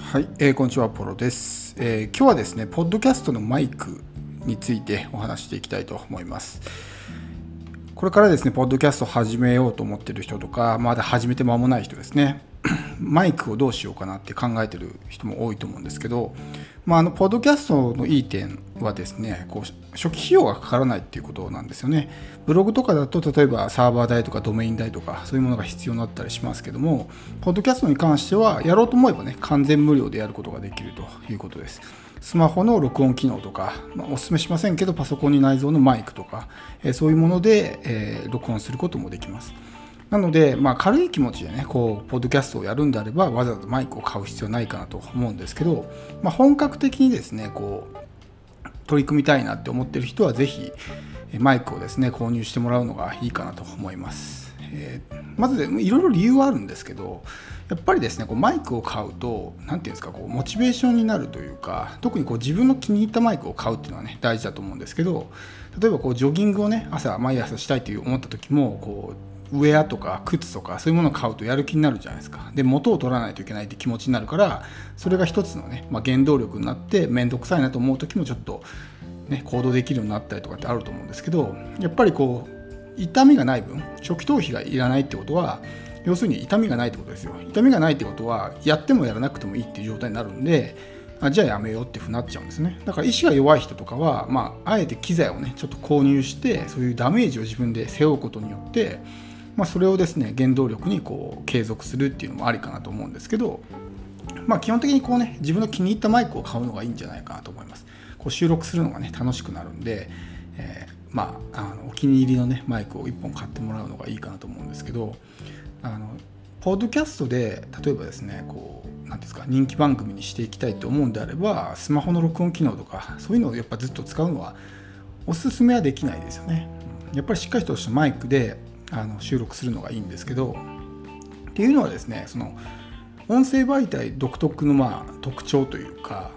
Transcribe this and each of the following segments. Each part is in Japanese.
はい、こんにちは、ポロです。今日はですね、ポッドキャストのマイクについてお話していきたいと思います。これからですね、ポッドキャストを始めようと思っている人とか、まだ始めて間もない人ですね、マイクをどうしようかなって考えている人も多いと思うんですけど、ポッドキャストのいい点はですね、初期費用がかからないっていうことなんですよね。ブログとかだと、例えばサーバー代とかドメイン代とか、そういうものが必要になったりしますけども、ポッドキャストに関しては、やろうと思えばね、完全無料でやることができるということです。スマホの録音機能とか、お勧めしませんけど、パソコンに内蔵のマイクとか、そういうもので、録音することもできます。なので、軽い気持ちでね、ポッドキャストをやるんであれば、わざわざマイクを買う必要ないかなと思うんですけど、本格的にですね、取り組みたいなって思っている人は、ぜひ、マイクをですね、購入してもらうのがいいかなと思います。まず、いろいろ理由はあるんですけど、やっぱりですね、マイクを買うと、なんていうんですか、モチベーションになるというか、特に自分の気に入ったマイクを買うっていうのはね、大事だと思うんですけど、例えばジョギングをね、毎朝したいと思った時も、ウェアとか靴とかそういうものを買うとやる気になるじゃないですか。で、元を取らないといけないって気持ちになるから、それが一つのね、原動力になって、面倒くさいなと思う時もちょっとね、行動できるようになったりとかってあると思うんですけど、やっぱり痛みがない分、初期投資がいらないってことは、要するに痛みがないってことですよ。痛みがないってことは、やってもやらなくてもいいっていう状態になるんで、じゃあやめようってふうになっちゃうんですね。だから意志が弱い人とかは、あえて機材をね、ちょっと購入して、そういうダメージを自分で背負うことによって、それをですね、原動力に継続するっていうのもありかなと思うんですけど、基本的に自分の気に入ったマイクを買うのがいいんじゃないかなと思います。収録するのがね、楽しくなるんで、お気に入りのね、マイクを1本買ってもらうのがいいかなと思うんですけど、ポッドキャストで例えばですね、なんですか、人気番組にしていきたいと思うんであれば、スマホの録音機能とかそういうのをやっぱずっと使うのはおすすめはできないですよね。やっぱりしっかりとしたマイクで収録するのがいいんですけど、っていうのはですね、その音声媒体独特の特徴というか、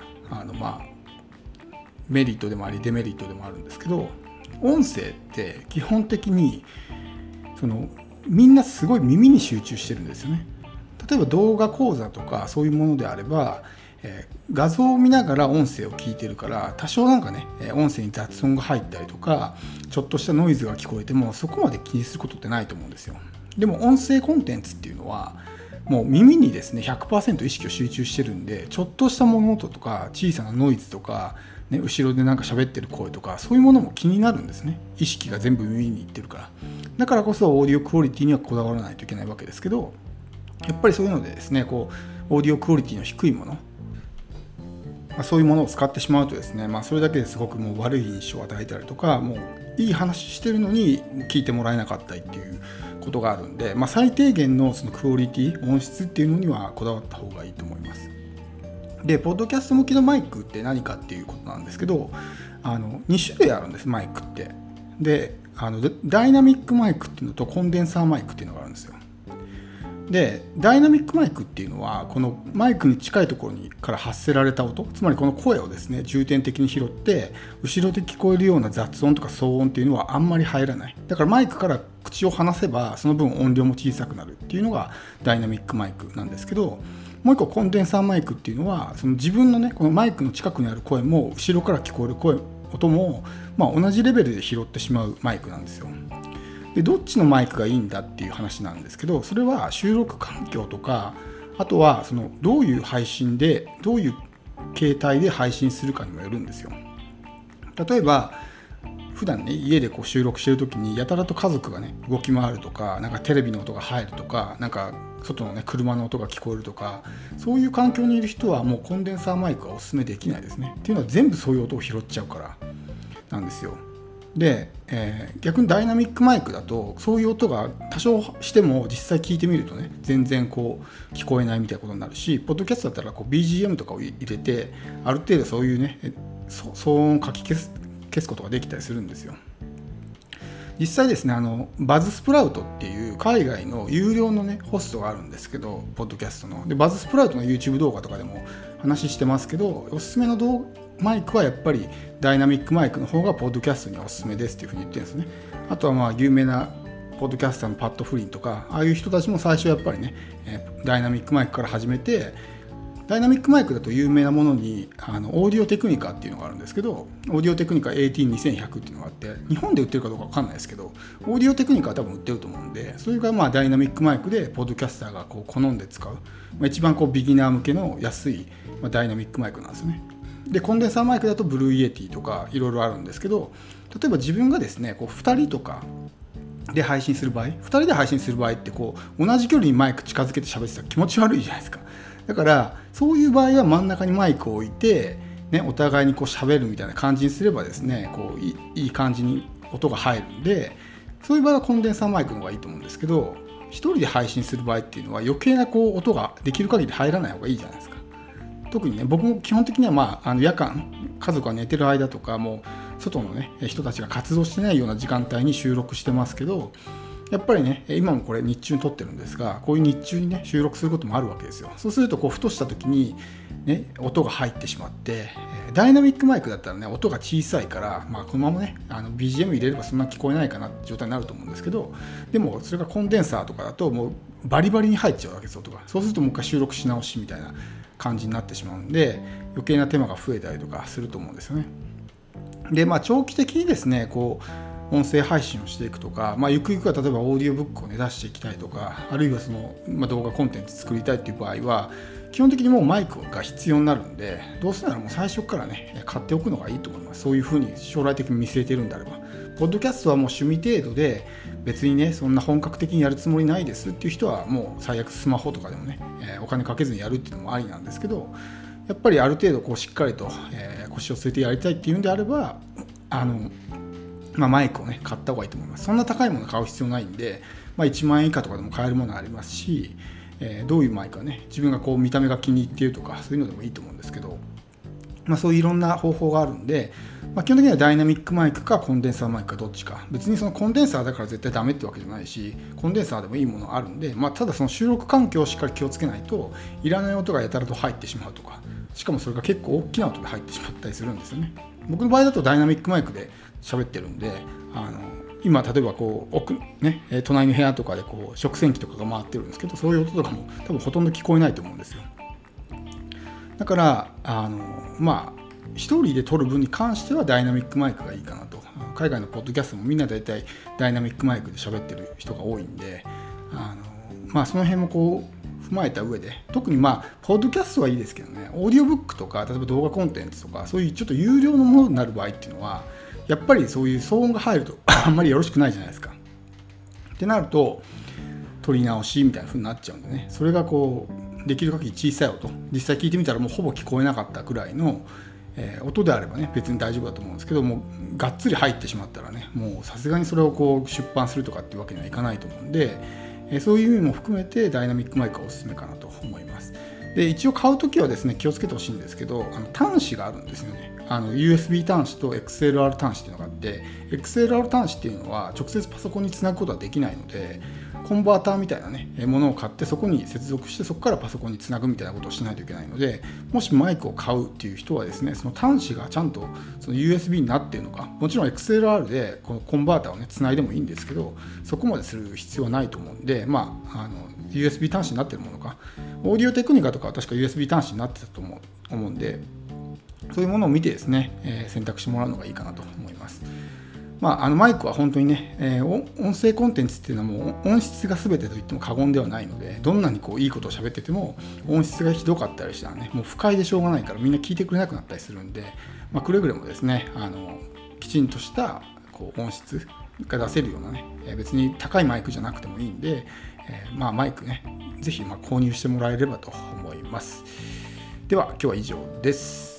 メリットでもありデメリットでもあるんですけど、音声って基本的にみんなすごい耳に集中してるんですよね。例えば動画講座とかそういうものであれば、画像を見ながら音声を聞いてるから、多少なんかね、音声に雑音が入ったりとかちょっとしたノイズが聞こえてもそこまで気にすることってないと思うんですよ。でも音声コンテンツっていうのはもう耳にですね 100% 意識を集中してるんで、ちょっとした物音とか小さなノイズとか、ね、後ろでなんか喋ってる声とかそういうものも気になるんですね。意識が全部耳にいってるから。だからこそオーディオクオリティにはこだわらないといけないわけですけど、やっぱりそういうのでですね、オーディオクオリティの低いもの、そういうものを使ってしまうとですね、それだけですごくもう悪い印象を与えたりとか、もういい話してるのに聞いてもらえなかったりっていうことがあるんで、最低限のそのクオリティ、音質っていうのにはこだわった方がいいと思います。で、ポッドキャスト向きのマイクって何かっていうことなんですけど、2種類あるんです、マイクって。で、ダイナミックマイクっていうのとコンデンサーマイクっていうのがあるんですよ。で、ダイナミックマイクっていうのは、このマイクに近いところから発せられた音、つまりこの声をですね、重点的に拾って、後ろで聞こえるような雑音とか騒音っていうのはあんまり入らない。だからマイクから口を離せば、その分音量も小さくなるっていうのがダイナミックマイクなんですけど、もう一個コンデンサーマイクっていうのは、その自分のね、このマイクの近くにある声も、後ろから聞こえる音も、同じレベルで拾ってしまうマイクなんですよ。で、どっちのマイクがいいんだっていう話なんですけど、それは収録環境とか、あとはどういう配信でどういう形態で配信するかにもよるんですよ。例えば普段ね、家で収録してる時にやたらと家族がね動き回るとか、なんかテレビの音が入るとか、なんか外のね車の音が聞こえるとか、そういう環境にいる人はもうコンデンサーマイクはおすすめできないですね。っていうのは全部そういう音を拾っちゃうからなんですよ。で、逆にダイナミックマイクだとそういう音が多少しても実際聞いてみるとね、全然聞こえないみたいなことになるし、ポッドキャストだったらBGM とかを入れて、ある程度そういうね騒音をかき消すことができたりするんですよ。実際ですね、バズスプラウトっていう海外の有料のねホストがあるんですけど、ポッドキャストので、バズスプラウトの YouTube 動画とかでも話してますけど、おすすめのマイクはやっぱりダイナミックマイクの方がポッドキャストにはおすすめですっていうふうに言ってるんですね。あとは有名なポッドキャスターのパッド・フリンとか、ああいう人たちも最初やっぱりね、ダイナミックマイクから始めて、 ダイナミックマイクだと有名なものにオーディオテクニカっていうのがあるんですけど、オーディオテクニカ AT2100 っていうのがあって、日本で売ってるかどうか分かんないですけど、オーディオテクニカは多分売ってると思うんで、それがダイナミックマイクでポッドキャスターが好んで使う、一番ビギナー向けの安い、ダイナミックマイクなんですよね。でコンデンサーマイクだとブルーイエティとかいろいろあるんですけど、例えば自分がですね2人とかで配信する場合、2人で配信する場合って同じ距離にマイク近づけて喋ってたら気持ち悪いじゃないですか。だからそういう場合は真ん中にマイクを置いて、お互いに喋るみたいな感じにすればですね、いい感じに音が入るんで、そういう場合はコンデンサーマイクの方がいいと思うんですけど、1人で配信する場合っていうのは余計な音ができる限り入らない方がいいじゃないですか。特にね、僕も基本的には夜間家族が寝てる間とかも外のね人たちが活動してないような時間帯に収録してますけど、やっぱりね今もこれ日中に撮ってるんですが、こういう日中にね収録することもあるわけですよ。そうするとふとした時にね音が入ってしまって、ダイナミックマイクだったらね音が小さいから、このままねBGM 入れればそんな聞こえないかなって状態になると思うんですけど、でもそれがコンデンサーとかだともうバリバリに入っちゃうわけです、音が。そうするともう一回収録し直しみたいな感じになってしまうんで、余計な手間が増えたりとかすると思うんですよね。で長期的にですね音声配信をしていくとか、ゆくゆくは例えばオーディオブックをね出していきたいとか、あるいはその、動画コンテンツ作りたいっていう場合は基本的にもうマイクが必要になるんで、どうせならもう最初からね買っておくのがいいと思います。そういうふうに将来的に見据えているんであれば。ポッドキャストはもう趣味程度で、別にねそんな本格的にやるつもりないですっていう人はもう最悪スマホとかでもね、お金かけずにやるっていうのもありなんですけど、やっぱりある程度しっかりと、腰を据えてやりたいっていうんであればマイクをね買った方がいいと思います。そんな高いもの買う必要ないんで、1万円以下とかでも買えるものがありますし、どういうマイクかね自分が見た目が気に入っているとかそういうのでもいいと思うんですけど、そういういろんな方法があるんで、基本的にはダイナミックマイクかコンデンサーマイクかどっちか、別にそのコンデンサーだから絶対ダメってわけじゃないし、コンデンサーでもいいものあるんで、ただその収録環境をしっかり気をつけないといらない音がやたらと入ってしまうとか、しかもそれが結構大きな音で入ってしまったりするんですよね。僕の場合だとダイナミックマイクで喋ってるんで、今例えば奥ね隣の部屋とかで食洗機とかが回ってるんですけど、そういう音とかも多分ほとんど聞こえないと思うんですよ。だから一人で撮る分に関してはダイナミックマイクがいいかなと。海外のポッドキャストもみんな大体ダイナミックマイクで喋ってる人が多いんで、その辺も踏まえた上で、特にポッドキャストはいいですけどね、オーディオブックとか例えば動画コンテンツとかそういうちょっと有料のものになる場合っていうのはやっぱりそういう騒音が入るとあんまりよろしくないじゃないですか。ってなると撮り直しみたいな風になっちゃうんでね、それができる限り小さい音、実際聞いてみたらもうほぼ聞こえなかったくらいの音であればね別に大丈夫だと思うんですけども、がっつり入ってしまったらねもうさすがにそれを出版するとかっていうわけにはいかないと思うんで、そういう意味も含めてダイナミックマイクはおすすめかなと思います。で一応買うときはですね気をつけてほしいんですけど、端子があるんですよね。USB 端子と XLR 端子っていうのがあって、 XLR 端子っていうのは直接パソコンにつなぐことはできないので、コンバーターみたいなねものを買ってそこに接続してそこからパソコンにつなぐみたいなことをしないといけないので、もしマイクを買うっていう人はですね、その端子がちゃんとその USB になっているのか、もちろん XLR でこのコンバーターをねつないでもいいんですけど、そこまでする必要はないと思うんで、USB 端子になっているものか、オーディオテクニカとかは確か USB 端子になってたと思うんで、そういうものを見てですね、選択してもらうのがいいかなと思います。マイクは本当にね、音声コンテンツっていうのはもう音質が全てと言っても過言ではないので、どんなにいいことを喋ってても音質がひどかったりしたらねもう不快でしょうがないからみんな聞いてくれなくなったりするんで、くれぐれもですねきちんとした音質が出せるようなね、別に高いマイクじゃなくてもいいんで、マイクねぜひ購入してもらえればと思います。では今日は以上です。